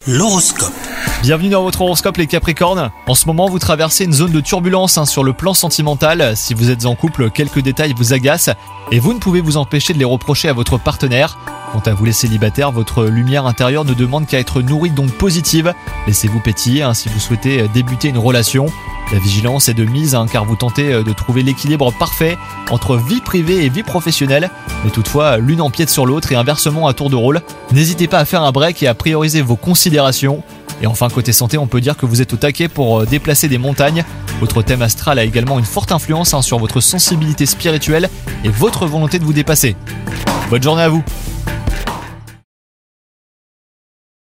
L'horoscope. Bienvenue dans votre horoscope les Capricornes. En ce moment, vous traversez une zone de turbulence sur le plan sentimental. Si vous êtes en couple, quelques détails vous agacent et vous ne pouvez vous empêcher de les reprocher à votre partenaire. Quant à vous les célibataires, votre lumière intérieure ne demande qu'à être nourrie d'ondes positives. Laissez-vous pétiller si vous souhaitez débuter une relation. La vigilance est de mise car vous tentez de trouver l'équilibre parfait entre vie privée et vie professionnelle. Mais toutefois, l'une empiète sur l'autre et inversement à tour de rôle. N'hésitez pas à faire un break et à prioriser vos considérations. Et enfin, côté santé, on peut dire que vous êtes au taquet pour déplacer des montagnes. Votre thème astral a également une forte influence sur votre sensibilité spirituelle et votre volonté de vous dépasser. Bonne journée à vous!